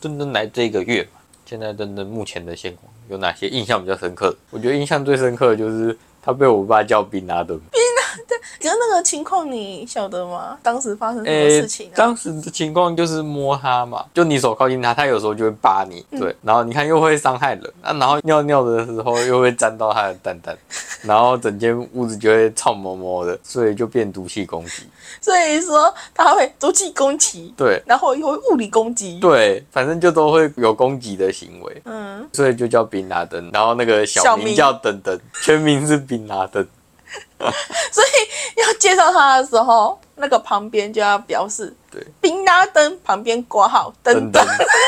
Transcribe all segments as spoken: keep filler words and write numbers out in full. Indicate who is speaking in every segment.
Speaker 1: 登登来这个月嘛，现在登登目前的现况有哪些印象比较深刻的？我觉得印象最深刻的就是他被我爸叫宾拉登。
Speaker 2: 宾拉登，可是那个情况你晓得吗？当时发生什么事情、啊欸？
Speaker 1: 当时的情况就是摸他嘛，就你手靠近他，他有时候就会扒你，对，嗯、然后你看又会伤害人啊，然后尿尿的时候又会沾到他的蛋蛋，然后整间屋子就会臭摸摸的，所以就变毒气攻击。
Speaker 2: 所以说他会毒气攻击，
Speaker 1: 对，
Speaker 2: 然后又会物理攻击，
Speaker 1: 对，反正就都会有攻击的行为，嗯，所以就叫宾拉登，然后那个小名叫登登，全名是宾拉登。
Speaker 2: 所以要介绍他的时候，那个旁边就要表示对宾拉登旁边括号登登，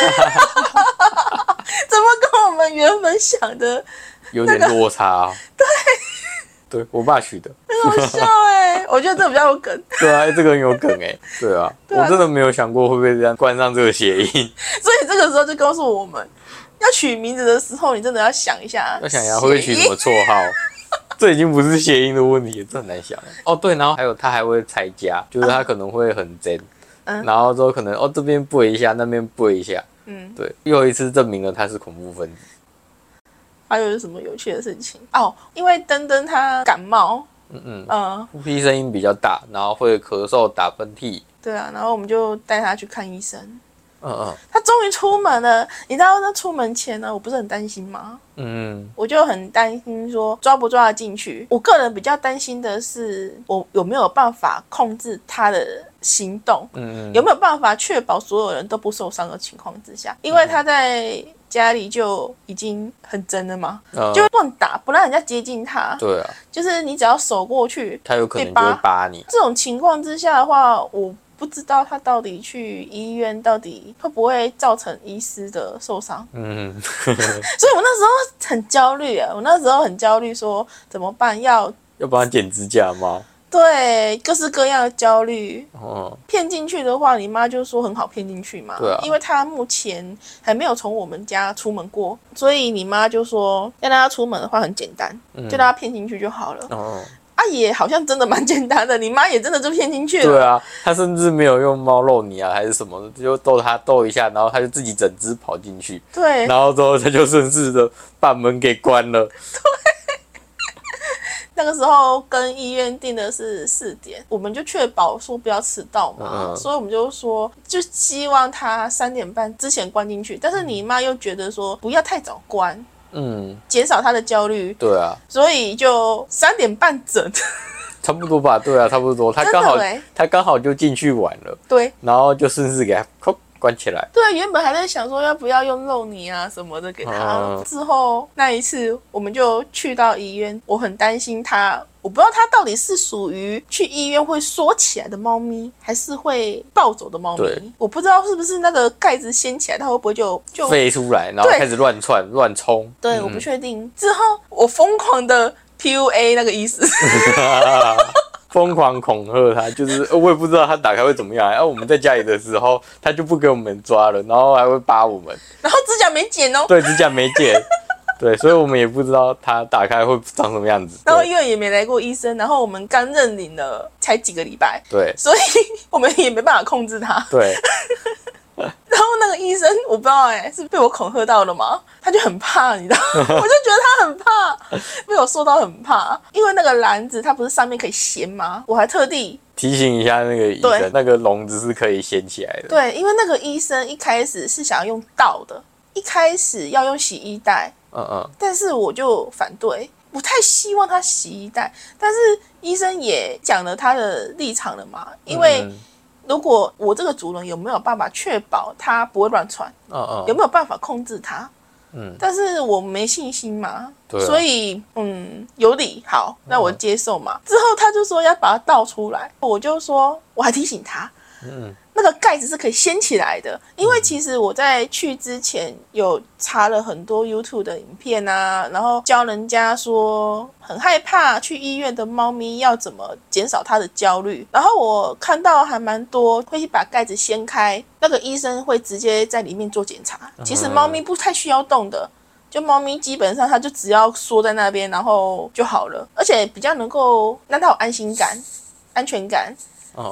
Speaker 2: 怎么跟我们原本想的、那個、
Speaker 1: 有点落差、哦？
Speaker 2: 对。
Speaker 1: 对我爸取的，
Speaker 2: 很好笑哎、欸，我觉得这比较有梗。
Speaker 1: 对啊，这个很有梗哎、欸，对啊，对啊，我真的没有想过会不会这样冠上这个谐音。
Speaker 2: 所以这个时候就告诉我们，要取名字的时候，你真的要想一下，
Speaker 1: 要想一下会不会取什么绰号。这已经不是谐音的问题，这很难想哦。对，然后还有他还会拆家，就是他可能会很真，嗯、然后之后可能哦这边背一下，那边背一下，嗯，对，又一次证明了他是恐怖分子。
Speaker 2: 还有什么有趣的事情哦？因为登登他感冒，
Speaker 1: 嗯嗯，呃，呼吸声音比较大，然后会咳嗽、打喷嚏。
Speaker 2: 对啊，然后我们就带他去看医生。
Speaker 1: 嗯嗯，
Speaker 2: 他终于出门了。你知道他出门前呢，我不是很担心吗？嗯，我就很担心说抓不抓得进去。我个人比较担心的是，我有没有办法控制他的行动？嗯，有没有办法确保所有人都不受伤的情况之下？因为他在家里就已经很真了嘛，嗯、就会乱打，不让人家接近他。
Speaker 1: 对啊，
Speaker 2: 就是你只要手过去，
Speaker 1: 他有可能就会扒你。
Speaker 2: 这种情况之下的话，我不知道他到底去医院到底会不会造成医师的受伤。嗯，所以我那时候很焦虑啊，我那时候很焦虑，说怎么办？要
Speaker 1: 要帮他剪指甲吗？
Speaker 2: 对，各式各样的焦虑。哦，骗进去的话，你妈就说很好骗进去嘛。
Speaker 1: 对啊，
Speaker 2: 因为他目前还没有从我们家出门过，所以你妈就说要让他出门的话很简单，嗯、就让他骗进去就好了。哦。啊，也好像真的蛮简单的，你妈也真的就骗进去了。
Speaker 1: 对啊，他甚至没有用猫肉泥啊，还是什么的，就逗他逗一下，然后他就自己整只跑进去。
Speaker 2: 对，
Speaker 1: 然后之后他就顺势的把门给关了。
Speaker 2: 对，那个时候跟医院定的是四点，我们就确保说不要迟到嘛，嗯、所以我们就说就希望他三点半之前关进去，但是你妈又觉得说不要太早关。嗯，减少他的焦虑。
Speaker 1: 对啊，
Speaker 2: 所以就三点半整，
Speaker 1: 差不多吧。对啊，差不多。他刚好，他刚好就进去玩了。
Speaker 2: 对，
Speaker 1: 然后就顺势给他关起来。
Speaker 2: 对，原本还在想说要不要用肉泥啊什么的给他。嗯、之后那一次我们就去到医院，我很担心他。我不知道它到底是属于去医院会缩起来的猫咪，还是会暴走的猫咪。我不知道是不是那个盖子掀起来，它会不会就就
Speaker 1: 飞出来，然后开始乱窜乱冲。
Speaker 2: 对，嗯、我不确定。之后我疯狂的 P U A 那个医师，
Speaker 1: 疯狂恐吓他，就是我也不知道他打开会怎么样。然、啊、后我们在家里的时候，他就不给我们抓了，然后还会扒我们，
Speaker 2: 然后指甲没剪哦。
Speaker 1: 对，指甲没剪。对，所以我们也不知道它打开会长什么样子。
Speaker 2: 然后医院也没来过医生，然后我们刚认领了才几个礼拜，
Speaker 1: 对，
Speaker 2: 所以我们也没办法控制它。
Speaker 1: 对。
Speaker 2: 然后那个医生，我不知道哎、欸，是被我恐吓到了吗？他就很怕，你知道，我就觉得他很怕，被我说到很怕，因为那个篮子它不是上面可以掀吗？我还特地
Speaker 1: 提醒一下那个医生，那个笼子是可以掀起来的。
Speaker 2: 对，因为那个医生一开始是想要用倒的，一开始要用洗衣袋。嗯嗯，但是我就反对，不太希望他洗衣袋。但是医生也讲了他的立场了嘛，因为如果我这个主人有没有办法确保他不会乱窜，嗯嗯，有没有办法控制他，嗯，但是我没信心嘛，对啊，所以嗯有理，好，那我接受嘛。之后他就说要把它倒出来，我就说我还提醒他，嗯。那个盖子是可以掀起来的，因为其实我在去之前有查了很多 YouTube 的影片啊，然后教人家说很害怕去医院的猫咪要怎么减少它的焦虑，然后我看到还蛮多会把盖子掀开，那个医生会直接在里面做检查，其实猫咪不太需要动的，就猫咪基本上它就只要缩在那边然后就好了，而且比较能够让它有安心感、安全感。
Speaker 1: 哦哦。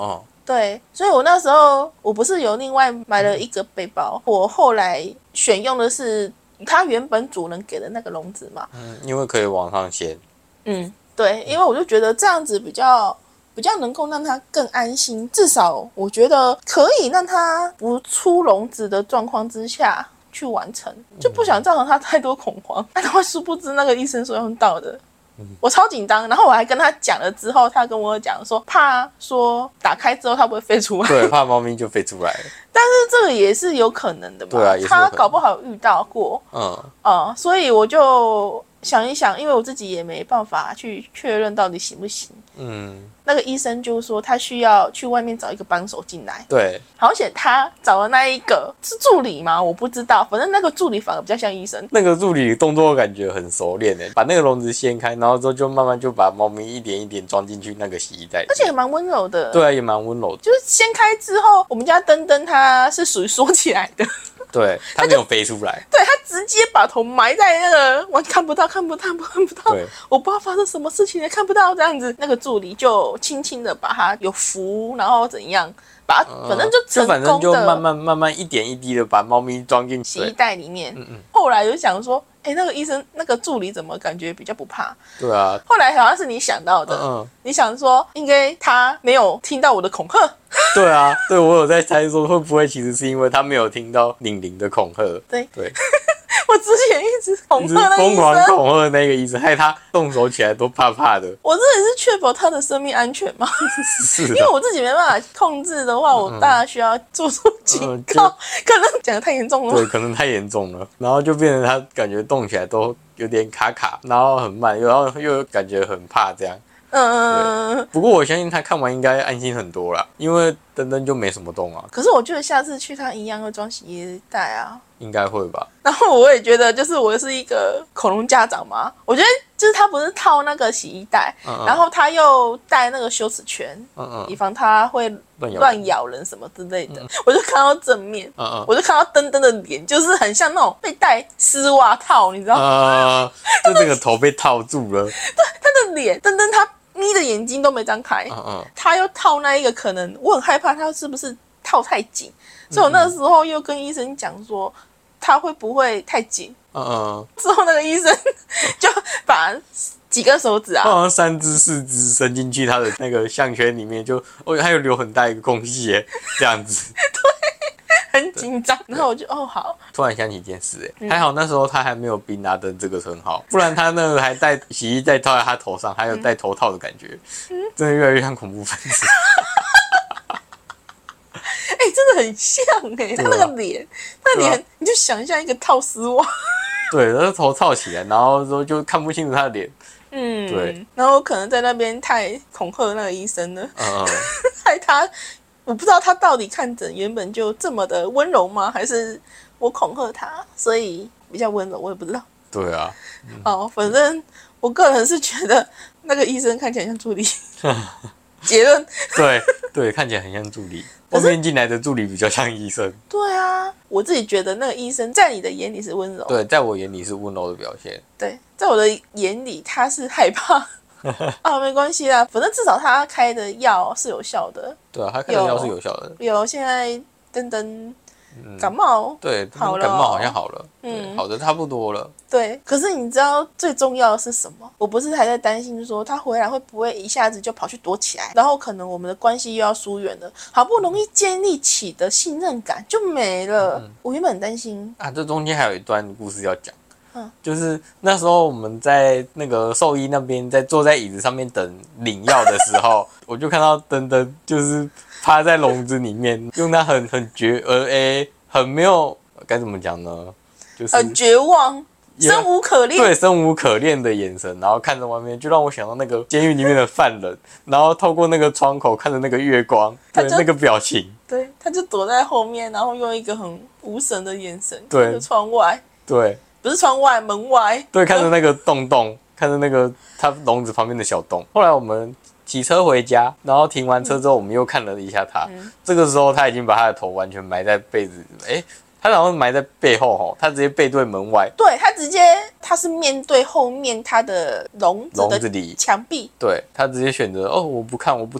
Speaker 2: 对，所以我那时候我不是有另外买了一个背包，我后来选用的是它原本主人给的那个笼子嘛。
Speaker 1: 嗯，因为可以往上掀。
Speaker 2: 嗯，对，因为我就觉得这样子比较比较能够让它更安心，至少我觉得可以让它不出笼子的状况之下去完成，就不想造成它太多恐慌。但他殊不知那个医生说用到的。我超紧张，然后我还跟他讲了之后，他跟我讲说，怕说打开之后它不会飞出来，
Speaker 1: 对，怕猫咪就飞出来了。
Speaker 2: 但是这个也是有可能的嘛，
Speaker 1: 对啊，也是
Speaker 2: 他搞不好遇到过，
Speaker 1: 嗯
Speaker 2: 嗯，所以我就想一想，因为我自己也没办法去确认到底行不行，嗯，那个医生就说他需要去外面找一个帮手进来，
Speaker 1: 对，
Speaker 2: 好险他找的那一个是助理吗？我不知道，反正那个助理反而比较像医生。
Speaker 1: 那个助理动作感觉很熟练诶，把那个笼子掀开，然后之后就慢慢就把猫咪一点一点装进去那个洗衣袋里，
Speaker 2: 而且也蛮温柔的。
Speaker 1: 对啊，也蛮温柔的。
Speaker 2: 就是掀开之后，我们家登登它是属于缩起来的，
Speaker 1: 对，它没有飞出来，
Speaker 2: 对，它直接把头埋在那个我看不到看不到看不到，
Speaker 1: 对，
Speaker 2: 我不知道发生什么事情也看不到这样子。那个助理就轻轻的把它有扶，然后怎样把它，反正就成功的，
Speaker 1: 就反正就慢慢慢慢一点一滴的把猫咪装进
Speaker 2: 洗衣袋里面。嗯嗯。后来就想说，哎、欸，那个医生那个助理怎么感觉比较不怕？
Speaker 1: 对啊。
Speaker 2: 后来好像是你想到的，嗯，你想说应该他没有听到我的恐吓。
Speaker 1: 对啊，对，我有在猜说会不会其实是因为他没有听到玲玲的恐吓。
Speaker 2: 对
Speaker 1: 对。
Speaker 2: 我之前一直恐吓那个医生，
Speaker 1: 疯狂恐吓那个医生，害他动手起来都怕怕的。
Speaker 2: 我这也是确保他的生命安全嘛，
Speaker 1: 是的，
Speaker 2: 因为我自己没办法控制的话，我当然需要做出警告。嗯、可能讲得太严重了，
Speaker 1: 对，可能太严重了，然后就变成他感觉动起来都有点卡卡，然后很慢，然后又感觉很怕这样。嗯，不过我相信他看完应该安心很多啦，因为登登就没什么动啊。
Speaker 2: 可是我觉得下次去他一样会装洗衣袋啊，
Speaker 1: 应该会吧。
Speaker 2: 然后我也觉得，就是我是一个恐龙家长嘛，我觉得就是他不是套那个洗衣袋，嗯嗯然后他又带那个羞耻圈，嗯嗯以防他会乱咬人什么之类的。嗯、我就看到正面，嗯嗯我就看到登登的脸，就是很像那种被戴丝袜套，你知道吗？
Speaker 1: 呃，就这个头被套住了。
Speaker 2: 对，他的脸，登登他。眯的眼睛都没张开，嗯嗯他又套那一个，可能我很害怕他是不是套太紧，所以我那个时候又跟医生讲说他会不会太紧，嗯嗯之后那个医生就把几根手指啊，
Speaker 1: 好像三只四只伸进去他的那个项圈里面，就哦还有留很大一个空隙耶，这样子。
Speaker 2: 对，很紧张，然后我就哦好。
Speaker 1: 突然想起一件事，哎、嗯，还好那时候他还没有宾拉登这个称号，不然他那个还戴洗衣袋套在他头上，还有戴头套的感觉，嗯、真的越来越像恐怖分子。
Speaker 2: 哎、欸，真的很像哎、欸，他那个脸，那脸、啊、你就想象一个套丝袜，
Speaker 1: 对，然后头套起来，然后说就看不清楚他的脸，嗯，对，
Speaker 2: 然后可能在那边太恐吓那个医生了，嗯，害他。我不知道他到底看诊原本就这么的温柔吗？还是我恐吓他，所以比较温柔？我也不知道。
Speaker 1: 对啊，
Speaker 2: 嗯、哦，反正我个人是觉得那个医生看起来像助理。结论。
Speaker 1: 对对，看起来很像助理。后面进来的助理比较像医生。
Speaker 2: 对啊，我自己觉得那个医生在你的眼里是温柔。
Speaker 1: 对，在我眼里是温柔的表现。
Speaker 2: 对，在我的眼里他是害怕。啊，没关系啦，反正至少他开的药是有效的。
Speaker 1: 对啊，他开的药是有效的。
Speaker 2: 有，现在登登感冒、
Speaker 1: 嗯、对好了，感冒好像好了，嗯，好的差不多了。
Speaker 2: 对，可是你知道最重要的是什么？我不是还在担心说他回来会不会一下子就跑去躲起来，然后可能我们的关系又要疏远了，好不容易建立起的信任感就没了。嗯、我原本很担心
Speaker 1: 啊，这中间还有一段故事要讲。就是那时候我们在那个兽医那边，在坐在椅子上面等领药的时候，我就看到登登就是趴在笼子里面，用他很很绝呃诶，很没有该怎么讲呢，就是
Speaker 2: 很绝望、生无可恋，
Speaker 1: 对，生无可恋的眼神，然后看着外面，就让我想到那个监狱里面的犯人，然后透过那个窗口看着那个月光，对那个表情，
Speaker 2: 对，他就躲在后面，然后用一个很无神的眼神
Speaker 1: 对
Speaker 2: 看着窗外，
Speaker 1: 对。
Speaker 2: 不是窗外，门外。
Speaker 1: 对，看着那个洞洞，看着那个它笼子旁边的小洞。后来我们骑车回家，然后停完车之后，我们又看了一下它。嗯、这个时候，它已经把它的头完全埋在被子，哎，它好像埋在背后吼，它直接背对门外。
Speaker 2: 对，它直接，它是面对后面它的笼子的墙壁。
Speaker 1: 对，它直接选择哦，我不看，我不听，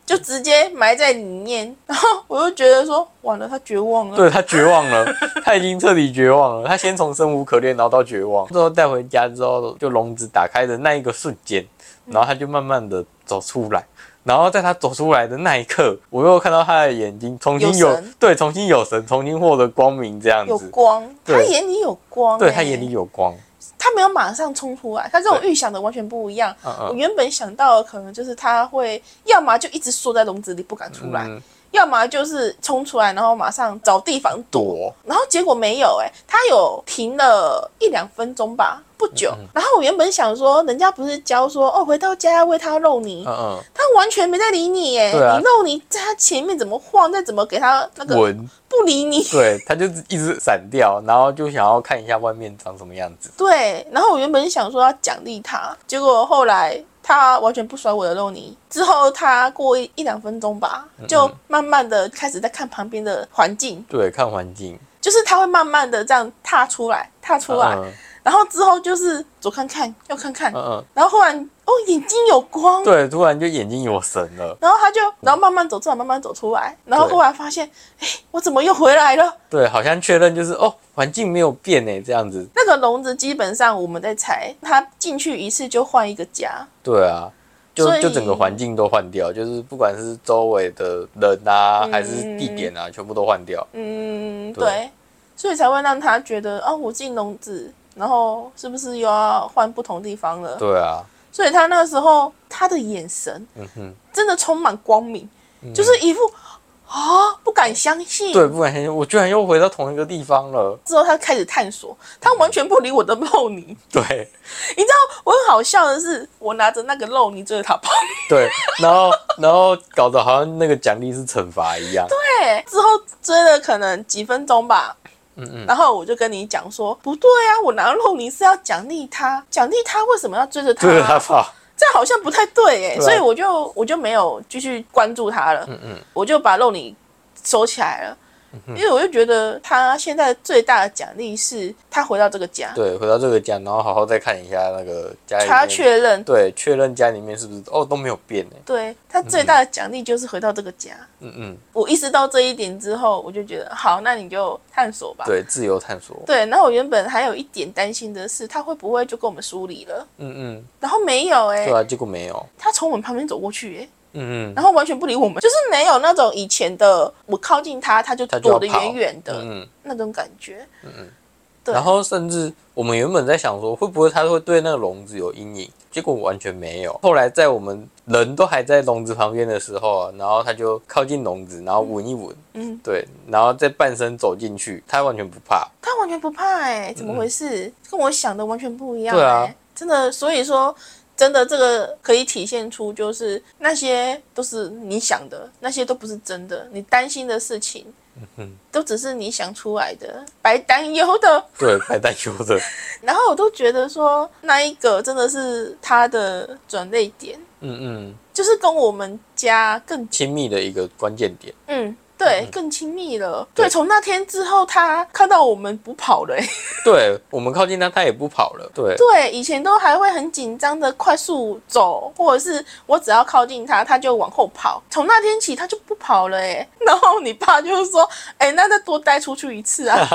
Speaker 2: 就直接埋在里面。然后我就觉得说，完了，他绝望了。
Speaker 1: 对，他绝望了，他已经彻底绝望了。他先从生无可恋，然后到绝望，之后带回家之后，就笼子打开的那一个瞬间，然后他就慢慢的走出来。然后在他走出来的那一刻，我又看到他的眼睛重新有, 有对，重新有神，重新获得光明，这样子。
Speaker 2: 有光，他眼里有光、欸，
Speaker 1: 对，他眼里有光。
Speaker 2: 他没有马上冲出来，他跟我预想的完全不一样。嗯嗯，我原本想到的可能就是他会，要么就一直缩在笼子里不敢出来。嗯，要么就是冲出来，然后马上找地方躲，然后结果没有、欸，哎，他有停了一两分钟吧，不久。嗯嗯，然后我原本想说，人家不是教说，哦，回到家要喂他肉泥，嗯嗯，他完全没在理你、欸，哎、啊，你肉泥在他前面怎么晃，再怎么给他那个闻，不理你，
Speaker 1: 对，他就一直闪掉，然后就想要看一下外面长什么样子。
Speaker 2: 对，然后我原本想说要奖励他，结果后来。他完全不甩我的肉泥，之后他过一一两分钟吧，就慢慢的开始在看旁边的环境。
Speaker 1: 对，看环境，
Speaker 2: 就是他会慢慢的这样踏出来，踏出来，嗯、然后之后就是左看看，右看看，嗯嗯，然后忽然哦眼睛有光，
Speaker 1: 对，突然就眼睛有神了，
Speaker 2: 然后他就，然后慢慢走出来，慢慢走出来，然后忽然发现，哎，我怎么又回来了？
Speaker 1: 对，好像确认就是哦。环境没有变诶，这样子。
Speaker 2: 那个笼子基本上我们在猜，它进去一次就换一个家。
Speaker 1: 对啊，就就整个环境都换掉，就是不管是周围的人啊，嗯、还是地点啊，全部都换掉。
Speaker 2: 嗯，对, 对，所以才会让他觉得，哦，我进笼子，然后是不是又要换不同地方了？
Speaker 1: 对啊。
Speaker 2: 所以他那个时候他的眼神，嗯哼，真的充满光明，嗯、就是一副。啊！不敢相信，
Speaker 1: 对，不敢相信，我居然又回到同一个地方了。
Speaker 2: 之后他开始探索，他完全不理我的肉泥。
Speaker 1: 对，
Speaker 2: 你知道我很好笑的是，我拿着那个肉泥追着他跑。
Speaker 1: 对，然后然后搞得好像那个奖励是惩罚一样。
Speaker 2: 对，之后追了可能几分钟吧。嗯嗯，然后我就跟你讲说，不对啊，我拿肉泥是要奖励他，奖励他为什么要追着他？
Speaker 1: 追着他跑。
Speaker 2: 这好像不太对哎，啊、所以我就我就没有继续关注他了。嗯嗯，我就把肉泥收起来了，嗯、因为我就觉得他现在最大的奖励是他回到这个家，
Speaker 1: 对，回到这个家，然后好好再看一下那个家里面，
Speaker 2: 他确认，
Speaker 1: 对，确认家里面是不是哦都没有变哎。
Speaker 2: 对，他最大的奖励就是回到这个家。嗯嗯，我意识到这一点之后，我就觉得好，那你就探索吧。
Speaker 1: 对，自由探索。
Speaker 2: 对，然后我原本还有一点担心的是，他会不会就跟我们疏离了？嗯嗯，然后没有哎、欸，
Speaker 1: 对啊，结果没有，
Speaker 2: 他从我们旁边走过去哎、欸。嗯嗯，然后完全不理我们，就是没有那种以前的我靠近他，他就躲得远远的嗯那种感觉。嗯嗯，
Speaker 1: 对。然后甚至我们原本在想说，会不会他会对那个笼子有阴影？结果完全没有。后来在我们人都还在笼子旁边的时候，然后他就靠近笼子，然后闻一闻，嗯，对，然后再半身走进去，他完全不怕。
Speaker 2: 他完全不怕哎、欸，怎么回事？嗯、跟我想的完全不一样、欸。对啊，真的，所以说。真的，这个可以体现出，就是那些都是你想的，那些都不是真的。你担心的事情，嗯哼，都只是你想出来的，白担忧的。
Speaker 1: 对，白担忧的。
Speaker 2: 然后我都觉得说，那一个真的是他的转捩点。嗯嗯，就是跟我们家更
Speaker 1: 亲密的一个关键点。
Speaker 2: 嗯。对，更亲密了。对，从那天之后，他看到我们不跑了、欸。
Speaker 1: 对，我们靠近他，他也不跑了。对，
Speaker 2: 对，以前都还会很紧张的快速走，或者是我只要靠近他，他就往后跑。从那天起，他就不跑了、欸。然后你爸就是说：“哎、欸，那再多带出去一次啊。”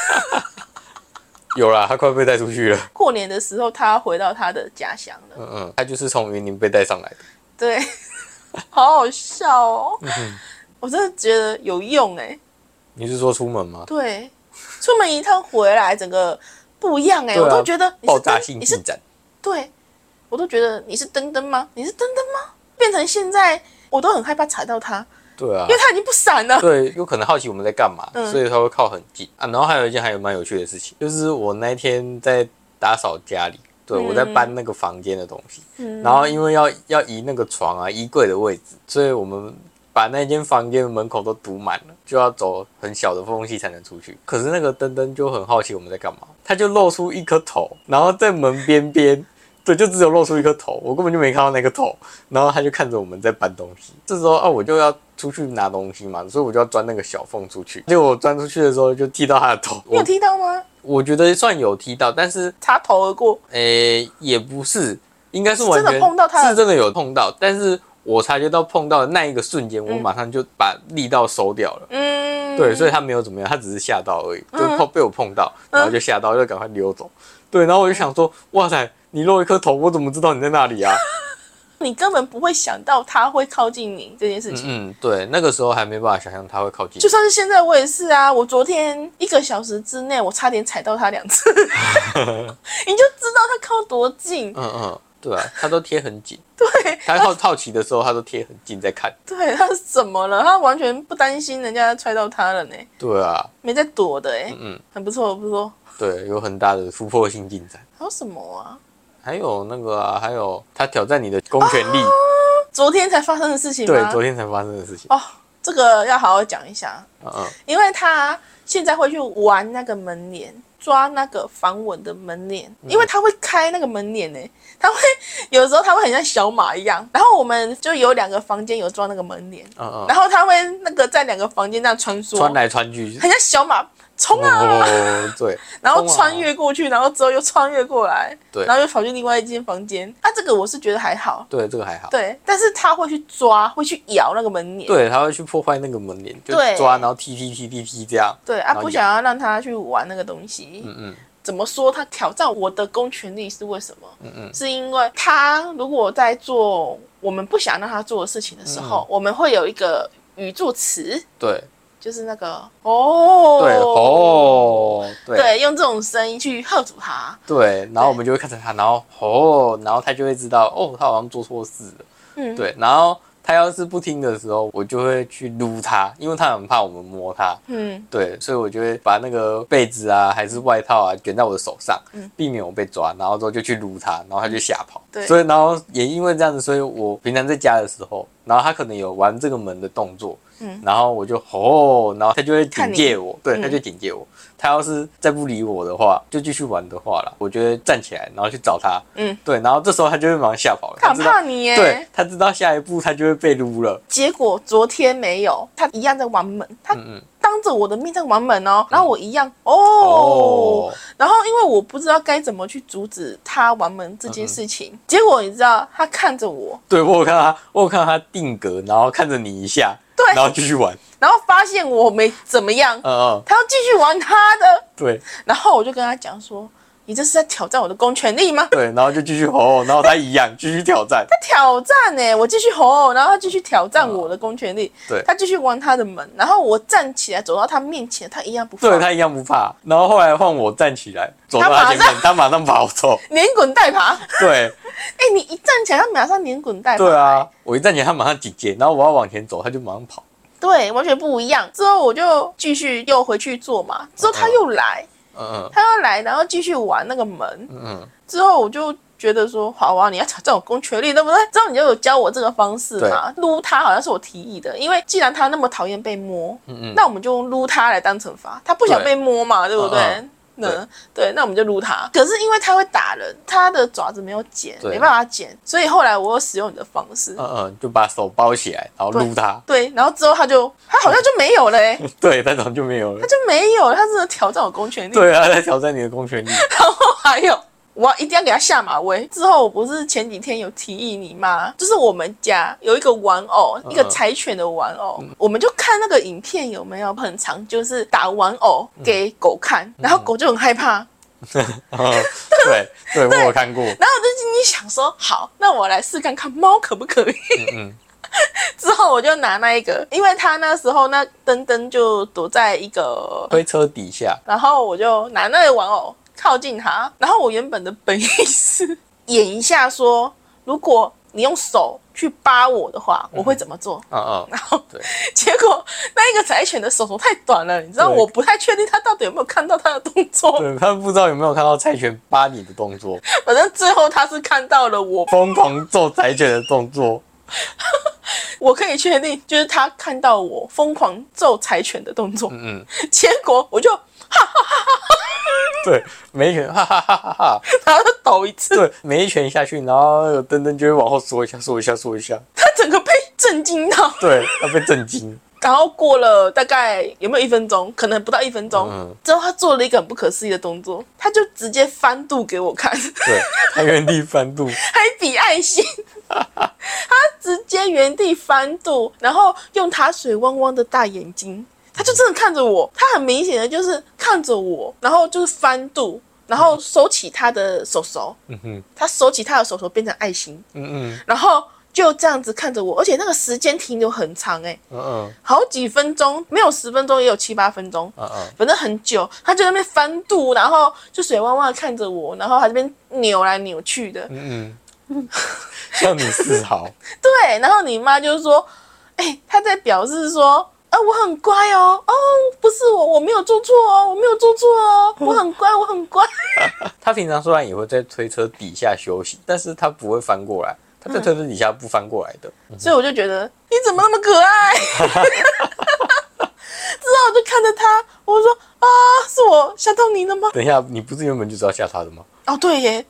Speaker 1: 有啦，他快被带出去了。
Speaker 2: 过年的时候，他回到他的家乡了。
Speaker 1: 嗯嗯，他就是从云林被带上来的。
Speaker 2: 对，好好笑哦。嗯我真的觉得有用哎、欸！
Speaker 1: 你是说出门吗？
Speaker 2: 对，出门一趟回来，整个不一样哎、欸！啊、我都觉得
Speaker 1: 爆炸性进展。
Speaker 2: 对，我都觉得你是登登吗？你是登登吗？变成现在，我都很害怕踩到它。
Speaker 1: 对啊，
Speaker 2: 因为它已经不闪了。
Speaker 1: 对，有可能好奇我们在干嘛，嗯、所以它会靠很近啊。然后还有一件还有蛮有趣的事情，就是我那天在打扫家里，对、嗯、我在搬那个房间的东西，嗯、然后因为要要移那个床啊、衣柜的位置，所以我们。把那间房间的门口都堵满了，就要走很小的缝隙才能出去。可是那个登登就很好奇我们在干嘛，他就露出一颗头，然后在门边边，对，就只有露出一颗头，我根本就没看到那个头。然后他就看着我们在搬东西。这时候啊，我就要出去拿东西嘛，所以我就要钻那个小缝出去。结果我钻出去的时候就踢到他的头。
Speaker 2: 你有踢到吗？
Speaker 1: 我觉得算有踢到，但是
Speaker 2: 擦头而过。
Speaker 1: 诶，也不是，应该是完全
Speaker 2: 真的碰到他，
Speaker 1: 是真的有碰到，但是。 我察觉到碰到的那一个瞬间，嗯、我马上就把力道收掉了。嗯，对，所以他没有怎么样，他只是吓到而已，就碰被我碰到，然后就吓到，就赶快溜走。对，然后我就想说，哇塞，你露一颗头，我怎么知道你在那里啊？
Speaker 2: 你根本不会想到他会靠近你这件事情。
Speaker 1: 嗯，对，那个时候还没办法想象他会靠近你。
Speaker 2: 就算是现在，我也是啊。我昨天一个小时之内，我差点踩到他两次，你就知道他靠多近。
Speaker 1: 嗯嗯，对啊，他都贴很紧。
Speaker 2: 对，
Speaker 1: 他好好奇的时候，他都贴很近在看。
Speaker 2: 对，他是怎么了？他完全不担心人家踹到他了呢。
Speaker 1: 对啊，
Speaker 2: 没在躲的哎。嗯嗯，很不错，不错。
Speaker 1: 对，有很大的突破性进展。
Speaker 2: 还有什么啊？
Speaker 1: 还有那个啊，还有他挑战你的公权力，哦、
Speaker 2: 昨天才发生的事情吗？
Speaker 1: 对，昨天才发生的事情。
Speaker 2: 哦，这个要好好讲一下。嗯嗯，因为他现在会去玩那个门帘，抓那个防蚊的门帘，因为他会开那个门帘呢、欸，他会有时候他会很像小马一样，然后我们就有两个房间有装那个门帘，嗯嗯，然后他会那个在两个房间这样穿梭，
Speaker 1: 穿来穿去，
Speaker 2: 很像小马。冲啊！
Speaker 1: 哦，对，
Speaker 2: 然后穿越过去，然后之后又穿越过来，
Speaker 1: 对，
Speaker 2: 然后又跑去另外一间房间。啊，这个我是觉得还好，
Speaker 1: 对，这个还好，
Speaker 2: 对，但是他会去抓，会去咬那个门帘，
Speaker 1: 对，他会去破坏那个门帘，就抓，然后踢踢踢踢踢这样，
Speaker 2: 对啊，不想要让他去玩那个东西，嗯嗯。怎么说？他挑战我的公权力是为什么？嗯嗯，是因为他如果在做我们不想让他做的事情的时候，嗯、我们会有一个语助词，
Speaker 1: 对。
Speaker 2: 就是那个哦，
Speaker 1: 对哦，对，
Speaker 2: 对，用这种声音去喝阻他，
Speaker 1: 对，然后我们就会看着他，然后哦，然后他就会知道哦，他好像做错事了，嗯，对，然后他要是不听的时候，我就会去撸他，因为他很怕我们摸他，嗯，对，所以我就会把那个被子啊还是外套啊卷在我的手上，嗯，避免我被抓，然后之后就去撸他，然后他就吓跑，对，所以然后也因为这样子，所以我平常在家的时候，然后他可能有玩这个门的动作。嗯，然后我就吼，然后他就会警戒我，对，嗯、他就警戒我。他要是再不理我的话，就继续玩的话啦，我就会站起来，然后去找他。嗯，对，然后这时候他就会马上吓跑了。
Speaker 2: 他很怕你耶，
Speaker 1: 对，他知道下一步他就会被撸了。
Speaker 2: 结果昨天没有，他一样在玩门，他当着我的面在玩门哦，然后我一样哦，哦然后因为我不知道该怎么去阻止他玩门这件事情，嗯、结果你知道他看着我，
Speaker 1: 对我有看到他，我有看到他定格，然后看着你一下。对，然后继续玩，
Speaker 2: 然后发现我没怎么样，嗯嗯，他要继续玩他的，
Speaker 1: 对，
Speaker 2: 然后我就跟他讲说，你这是在挑战我的公权力吗？
Speaker 1: 对，然后就继续吼，然后他一样继续挑战，
Speaker 2: 他挑战哎、欸，我继续吼，然后他继续挑战我的公权力，
Speaker 1: 嗯、对，
Speaker 2: 他继续玩他的门，然后我站起来走到他面前，他一样不怕，
Speaker 1: 对他一样不怕，然后后来换我站起来走到他前面，他马上跑走，
Speaker 2: 连滚带爬，
Speaker 1: 对。
Speaker 2: 哎、欸，你一站起来，他马上连滚带爬。
Speaker 1: 对啊，我一站起来，他马上警戒，然后我要往前走，他就马上跑。
Speaker 2: 对，完全不一样。之后我就继续又回去做嘛，之后他又来，嗯嗯，他又来，然后继续玩那个门，嗯嗯。之后我就觉得说，好啊，你要挑战我公权力，对不对？之后你就有教我这个方式嘛，撸他好像是我提议的，因为既然他那么讨厌被摸，嗯嗯，那我们就用撸他来当惩罚，他不想被摸嘛， 对, 对不对？嗯嗯对, 对，那我们就撸他。可是因为他会打人，他的爪子没有剪，没办法剪，所以后来我又使用你的方式，
Speaker 1: 嗯嗯，就把手包起来，然后撸他。
Speaker 2: 对，然后之后他就，他好像就没有了、欸，
Speaker 1: 对，他好像就没有了，
Speaker 2: 他就没有了，他真的挑战我公权力。
Speaker 1: 对啊，他在挑战你的公权力。
Speaker 2: 然后还有。我一定要给他下马威。之后我不是前几天有提议你吗？就是我们家有一个玩偶，嗯、一个柴犬的玩偶，嗯、我们就看那个影片有没有很常就是打玩偶给狗看，嗯、然后狗就很害怕。
Speaker 1: 哦、对对，我有看过。然
Speaker 2: 后我就心里想说，好，那我来试看看猫可不可以。嗯嗯之后我就拿那一个，因为他那时候那登登就躲在一个
Speaker 1: 推车底下，
Speaker 2: 然后我就拿那个玩偶靠近他，然后我原本的本意是演一下说，如果你用手去扒我的话，我会怎么做？嗯嗯。然后，对，结果那一个柴犬的手手太短了，你知道，我不太确定他到底有没有看到他的动作。
Speaker 1: 对，他不知道有没有看到柴犬扒你的动作。
Speaker 2: 反正最后他是看到了我
Speaker 1: 疯狂揍柴犬的动作。
Speaker 2: 我可以确定，就是他看到我疯狂揍柴犬的动作。嗯嗯。结果我就哈哈哈哈。
Speaker 1: 对，每一拳哈哈哈哈哈，
Speaker 2: 然后就抖一次。
Speaker 1: 对，每一拳下去，然后有噔噔就会往后缩一下，缩一下，缩一下。
Speaker 2: 他整个被震惊到。
Speaker 1: 对，他被震惊。
Speaker 2: 然后过了大概有没有一分钟，可能不到一分钟、嗯、之后他做了一个很不可思议的动作，他就直接翻肚给我看。
Speaker 1: 对，他原地翻肚，
Speaker 2: 还比爱心。他直接原地翻肚，然后用他水汪汪的大眼睛，他就真的看着我，他很明显的就是看着我，然后就是翻肚，然后收起他的手手，嗯哼，他收起他的手手变成爱心，嗯嗯，然后就这样子看着我，而且那个时间停留很长哎、欸，嗯嗯，好几分钟，没有十分钟也有七八分钟，嗯嗯，反正很久，他就在那边翻肚，然后就水汪汪的看着我，然后还这边扭来扭去的，嗯
Speaker 1: 嗯，向你示好。
Speaker 2: 对，然后你妈就说，哎、欸，他在表示说，啊，我很乖哦，哦，不是我，我没有做错哦，我没有做错哦，我很乖，我很乖。
Speaker 1: 他平常虽然也会在推车底下休息，但是他不会翻过来。他在推车底下不翻过来的，
Speaker 2: 嗯、所以我就觉得你怎么那么可爱？之后我就看着他，我说啊，是我吓到你了吗？
Speaker 1: 等一下，你不是原本就知道吓他的吗？
Speaker 2: 哦，对耶。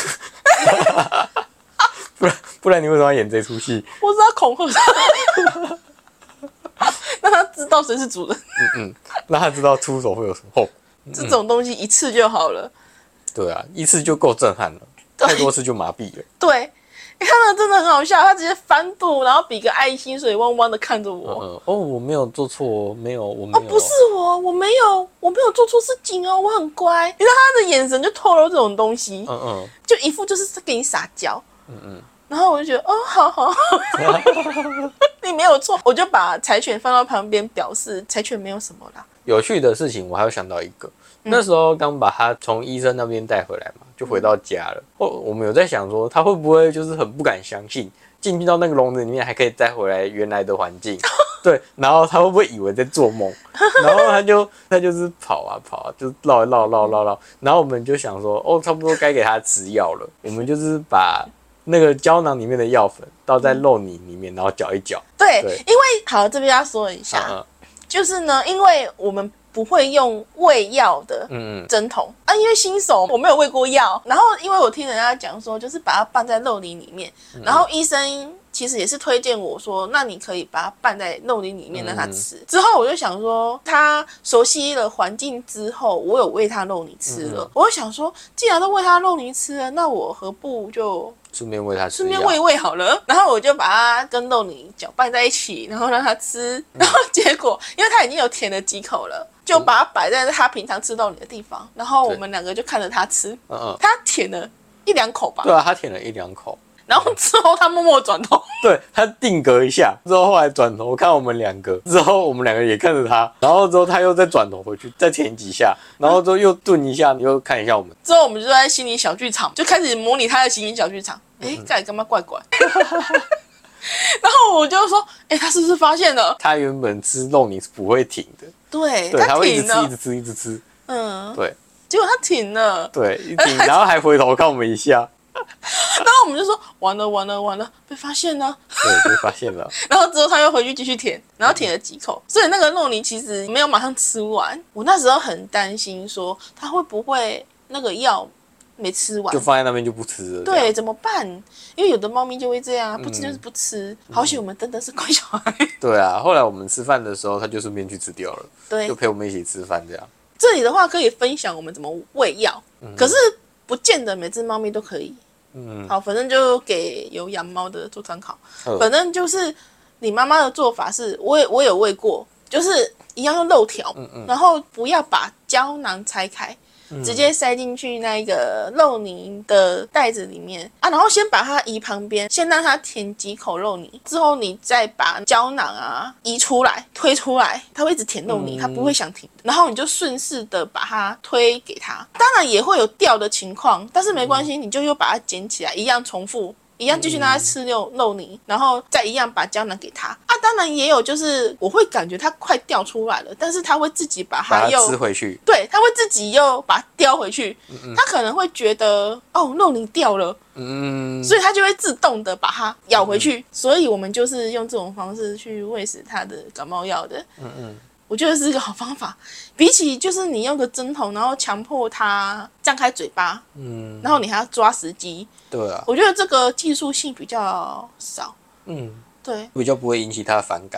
Speaker 1: 不然不然你为什么要演这出戏？
Speaker 2: 我是要恐吓他，让他知道谁是主人。
Speaker 1: 嗯嗯，让他知道出手会有什么后果。
Speaker 2: 嗯、这种东西一次就好了。
Speaker 1: 对啊，一次就够震撼了，太多次就麻痹了。
Speaker 2: 对。你看了真的很好笑，他直接翻肚，然后比个爱心，水汪汪的看着我。
Speaker 1: 嗯嗯，哦，我没有做错，没有，我没有。
Speaker 2: 哦，不是我，我没有，我没有做错事情哦，我很乖。你知道他的眼神就透露这种东西，嗯嗯，就一副就是在给你撒娇，嗯嗯。然后我就觉得，哦，好好好，你没有错，我就把柴犬放到旁边，表示柴犬没有什么啦。
Speaker 1: 有趣的事情，我还有想到一个。那时候刚把他从医生那边带回来嘛，就回到家了。哦，我们有在想说，他会不会就是很不敢相信，进去到那个笼子里面还可以再回来原来的环境？对，然后他会不会以为在做梦？然后他就他就是跑啊跑啊，就绕绕绕绕绕。然后我们就想说，哦，差不多该给他吃药了。我们就是把那个胶囊里面的药粉倒在肉泥里面，然后搅一搅。
Speaker 2: 对，对，因为好，这边要说一下，嗯嗯就是呢，因为我们不会用喂药的针筒、嗯、啊，因为新手我没有喂过药，然后因为我听人家讲说，就是把它拌在肉泥里面，嗯、然后医生其实也是推荐我说，那你可以把它拌在肉泥里面让他吃。嗯、之后我就想说，他熟悉了环境之后，我有喂他肉泥吃了，嗯、我就想说，既然都喂他肉泥吃了，那我何不就顺
Speaker 1: 便喂他吃，
Speaker 2: 顺便喂喂好了。然后我就把它跟肉泥搅拌在一起，然后让他吃。然后结果，因为他已经有舔了几口了，就把它摆在他平常吃肉泥的地方。然后我们两个就看着他吃，嗯嗯，他舔了一两口吧。
Speaker 1: 对啊，他舔了一两口。
Speaker 2: 然后之后他默默转头，
Speaker 1: 对，他定格一下，之后后来转头看我们两个，之后我们两个也看着他，然后之后他又再转头回去，再舔几下，然后之后又顿一下，又看一下我们。
Speaker 2: 之后我们就在心理小剧场，就开始模拟他的心理小剧场。哎，这里干嘛怪怪？然后我就说，哎，他是不是发现了？
Speaker 1: 他原本吃肉你是不会停的，
Speaker 2: 对，
Speaker 1: 对，他会一直吃，一直吃，一直吃，
Speaker 2: 嗯，
Speaker 1: 对。
Speaker 2: 结果他停了，
Speaker 1: 对，一停，然后还回头看我们一下。
Speaker 2: 然后我们就说完了完了完了，被发现了。
Speaker 1: 对，被发现了。
Speaker 2: 然后之后他又回去继续舔，然后舔了几口，所以那个肉泥其实没有马上吃完。我那时候很担心说他会不会那个药没吃完，
Speaker 1: 就放在那边就不吃了。
Speaker 2: 对，怎么办？因为有的猫咪就会这样，不吃就是不吃。嗯、好险我们真的是乖小孩。
Speaker 1: 对啊，后来我们吃饭的时候，他就顺便去吃掉了，
Speaker 2: 对，
Speaker 1: 就陪我们一起吃饭这样。
Speaker 2: 这里的话可以分享我们怎么喂药，嗯、可是不见得每只猫咪都可以。嗯，好，反正就给有养猫的做参考。嗯、反正就是你妈妈的做法是，我也我有喂过，就是一样用肉条，嗯嗯，然后不要把胶囊拆开，嗯、直接塞进去那个肉泥的袋子里面啊，然后先把它移旁边，先让它舔几口肉泥，之后你再把胶囊啊移出来，推出来，它会一直舔肉泥，它不会想停。然后你就顺势的把它推给他，当然也会有掉的情况，但是没关系，你就又把它捡起来，一样重复，一样继续让它吃肉肉泥，然后再一样把胶囊给他啊。当然也有就是我会感觉它快掉出来了，但是它会自己把它又
Speaker 1: 把它吃回去，
Speaker 2: 对，它会自己又把它叼回去。嗯嗯，它可能会觉得哦肉泥掉了，嗯，所以它就会自动的把它咬回去。嗯、所以我们就是用这种方式去喂食它的感冒药的。嗯嗯。我觉得是一个好方法，比起就是你用个针筒，然后强迫它张开嘴巴，嗯，然后你还要抓时机，
Speaker 1: 对啊，
Speaker 2: 我觉得这个技术性比较少，嗯，对，
Speaker 1: 比较不会引起它的反感。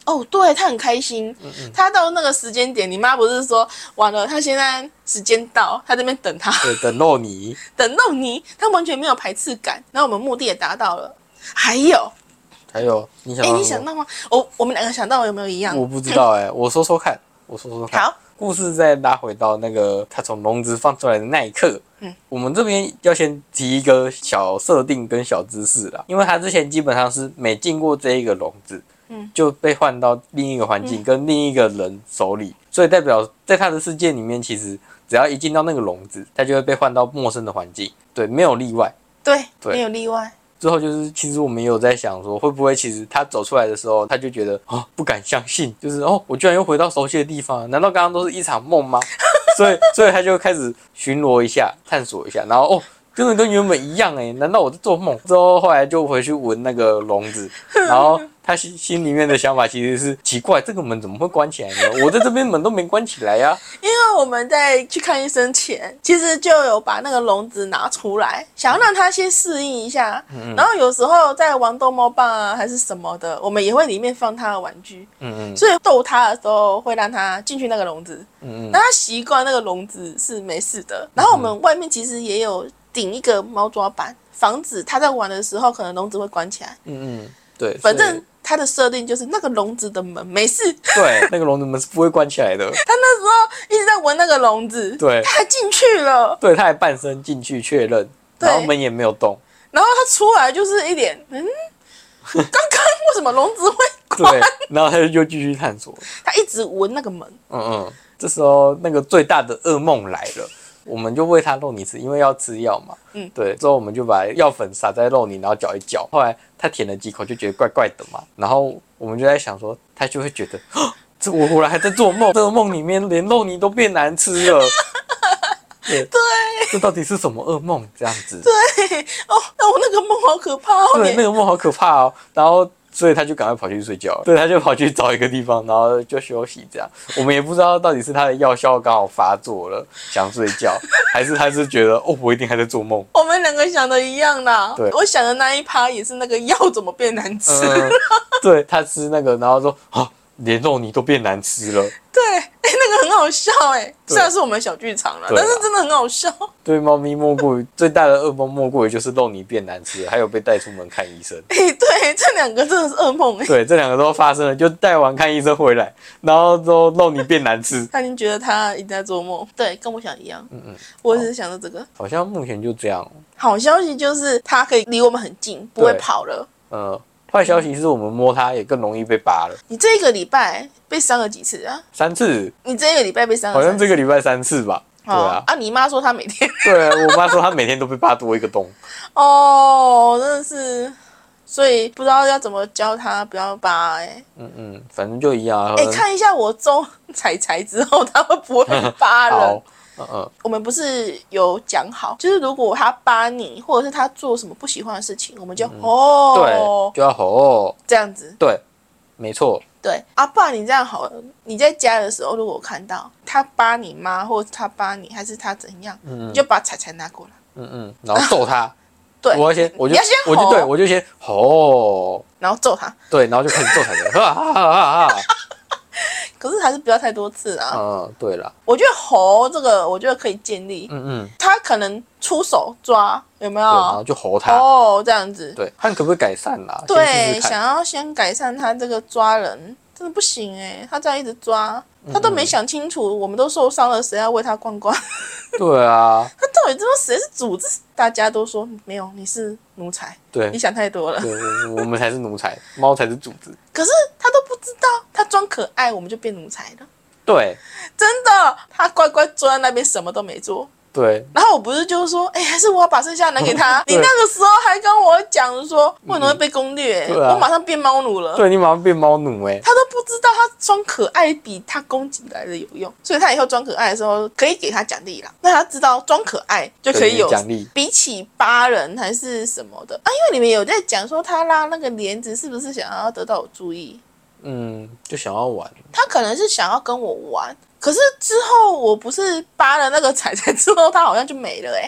Speaker 2: 哦，对，他很开心。嗯嗯，他到那个时间点，你妈不是说完了，他现在时间到，他在那边等他，
Speaker 1: 对，等肉泥，
Speaker 2: 等肉泥，他完全没有排斥感。然后我们目的也达到了。还有，
Speaker 1: 还有，你想到什么？
Speaker 2: 哎，你想到吗？我我们两个想到有没有一样？
Speaker 1: 我不知道哎、欸，我说说看，我说说看。
Speaker 2: 好，
Speaker 1: 故事再拉回到那个他从笼子放出来的那一刻。嗯，我们这边要先提一个小设定跟小知识啦，因为他之前基本上是每进过这一个笼子，嗯，就被换到另一个环境跟另一个人手里，所以代表在他的世界里面，其实只要一进到那个笼子，他就会被换到陌生的环境，对，没有例外，
Speaker 2: 对，对，没有例外。
Speaker 1: 之后就是，其实我们也有在想说，会不会其实他走出来的时候，他就觉得哦，不敢相信，就是哦，我居然又回到熟悉的地方，难道刚刚都是一场梦吗？所以，所以他就开始巡逻一下，探索一下，然后哦，真的跟原本一样哎，难道我在做梦？之后后来就回去闻那个笼子，然后他心心里面的想法其实是奇怪，这个门怎么会关起来呢？我在这边门都没关起来呀、啊。
Speaker 2: 因为我们在去看医生前，其实就有把那个笼子拿出来，想要让他先适应一下。嗯嗯，然后有时候在玩逗猫棒啊，还是什么的，我们也会里面放他的玩具。嗯嗯，所以逗他的时候会让他进去那个笼子。嗯嗯，让他习惯那个笼子是没事的。然后我们外面其实也有顶一个猫抓板，防止他在玩的时候可能笼子会关起来。嗯嗯，对，反正。它的设定就是那个笼子的门没事，
Speaker 1: 对，那个笼子门是不会关起来的。
Speaker 2: 他那时候一直在闻那个笼子，对，他还进去了，
Speaker 1: 对，他还半身进去确认，然后门也没有动，
Speaker 2: 然后他出来就是一脸，嗯，刚刚为什么笼子会关？
Speaker 1: 对，然后他就继续探索，
Speaker 2: 他一直闻那个门，
Speaker 1: 嗯嗯，这时候那个最大的噩梦来了。我们就喂他肉泥吃，因为要吃药嘛。嗯，对。之后我们就把药粉撒在肉泥，然后搅一搅。后来他舔了几口，就觉得怪怪的嘛。然后我们就在想说，他就会觉得，这我果然还在做梦，这个梦里面连肉泥都变难吃了。对，对，这到底是什么噩梦？这样子。
Speaker 2: 对，哦，那我那个梦好可怕哦。
Speaker 1: 对，那个梦好可怕哦。然后。所以他就赶快跑去睡觉，对，他就跑去找一个地方，然后就休息这样。我们也不知道到底是他的药效刚好发作了，想睡觉，还是他是觉得哦，我一定还在做梦。
Speaker 2: 我们两个想的一样啦。对，我想的那一趴也是那个药怎么变难吃。嗯、
Speaker 1: 对，他吃那个，然后说啊，连肉泥都变难吃了。
Speaker 2: 对，哎、欸，那个很好笑哎、欸，虽然是我们小剧场了，但是真的很好笑。
Speaker 1: 对，猫咪莫过于最大的噩梦，莫过于就是肉泥变难吃了，还有被带出门看医生。
Speaker 2: 哎、欸，对，这两个真的是噩梦哎。
Speaker 1: 对，这两个都发生了，就带完看医生回来，然后之后肉泥变难吃。
Speaker 2: 他已经觉得他一直在做梦，对，跟我想一样。嗯嗯，我也是想到这个。
Speaker 1: 好像目前就这样。
Speaker 2: 好消息就是他可以离我们很近，不会跑了。
Speaker 1: 嗯。坏消息是我们摸它也更容易被扒了。
Speaker 2: 你这个礼拜被伤了几次啊？
Speaker 1: 三次。
Speaker 2: 你这个礼拜被伤了三次？
Speaker 1: 好像这个礼拜三次吧。对啊。
Speaker 2: 啊，你妈说她每天。
Speaker 1: 对啊，我妈说她每天都被扒多一个洞。
Speaker 2: 哦，真的是，所以不知道要怎么教她不要扒哎、欸。
Speaker 1: 嗯嗯，反正就一样啊。
Speaker 2: 哎、欸，看一下我中彩彩之后，她会不会扒人？嗯嗯，我们不是有讲好，就是如果他扒你，或者是他做什么不喜欢的事情，我们就吼、
Speaker 1: 嗯，对，就要吼，
Speaker 2: 这样子，
Speaker 1: 对，没错，
Speaker 2: 对啊，不然你这样好了，你在家的时候，如果我看到他扒你妈，或者他扒你，还是他怎样，嗯、你就把彩彩拿过来，
Speaker 1: 嗯嗯，然后揍他，
Speaker 2: 对，
Speaker 1: 我要先，我就
Speaker 2: 你要先吼，
Speaker 1: 我就对我就先吼，
Speaker 2: 然后揍他，
Speaker 1: 对，然后就开始揍彩彩，哈哈哈哈哈。
Speaker 2: 可是还是不要太多次啊。
Speaker 1: 嗯，对了，
Speaker 2: 我觉得吼这个，我觉得可以建立。嗯嗯，他可能出手抓，有没有？
Speaker 1: 对，然后就吼他。
Speaker 2: 哦，这样子。
Speaker 1: 对，看可不可以改善啦。
Speaker 2: 对，
Speaker 1: 試試
Speaker 2: 想要先改善他这个抓人，真的不行哎、欸，他这样一直抓，他都没想清楚，嗯、我们都受伤了，谁要为他逛逛？
Speaker 1: 对啊。
Speaker 2: 他到底知道谁是主子？大家都说没有，你是奴才。
Speaker 1: 对，
Speaker 2: 你想太多了。
Speaker 1: 对，我们才是奴才，猫才是主子。
Speaker 2: 可是他都不知道，他装可爱，我们就变奴才了。
Speaker 1: 对，
Speaker 2: 真的，他乖乖坐在那边，什么都没做。
Speaker 1: 对，
Speaker 2: 然后我不是就是说，哎、欸，还是我要把剩下的拿给他。你那个时候还跟我讲说，为什么会被攻略、欸嗯啊？我马上变猫奴了。
Speaker 1: 对，你马上变猫奴哎、欸，
Speaker 2: 他都不知道他装可爱比他攻击来的有用，所以他以后装可爱的时候可以给他奖励啦。那他知道装可爱就可以有
Speaker 1: 奖励，
Speaker 2: 比起扒人还是什么的啊？因为你们有在讲说他拉那个帘子是不是想要得到我注意？
Speaker 1: 嗯，就想要玩。
Speaker 2: 他可能是想要跟我玩。可是之后我不是扒了那个彩彩之后，他好像就没了哎、欸，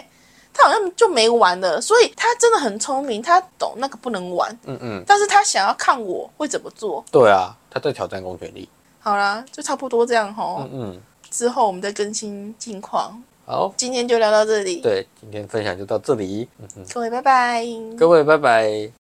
Speaker 2: 他好像就没玩了。所以他真的很聪明，他懂那个不能玩，嗯嗯，但是他想要看我会怎么做。
Speaker 1: 对啊，他在挑战公权力。
Speaker 2: 好啦，就差不多这样吼。嗯嗯，之后我们再更新近况。
Speaker 1: 好，
Speaker 2: 今天就聊到这里。
Speaker 1: 对，今天分享就到这里。嗯哼，
Speaker 2: 各位拜拜。
Speaker 1: 各位拜拜。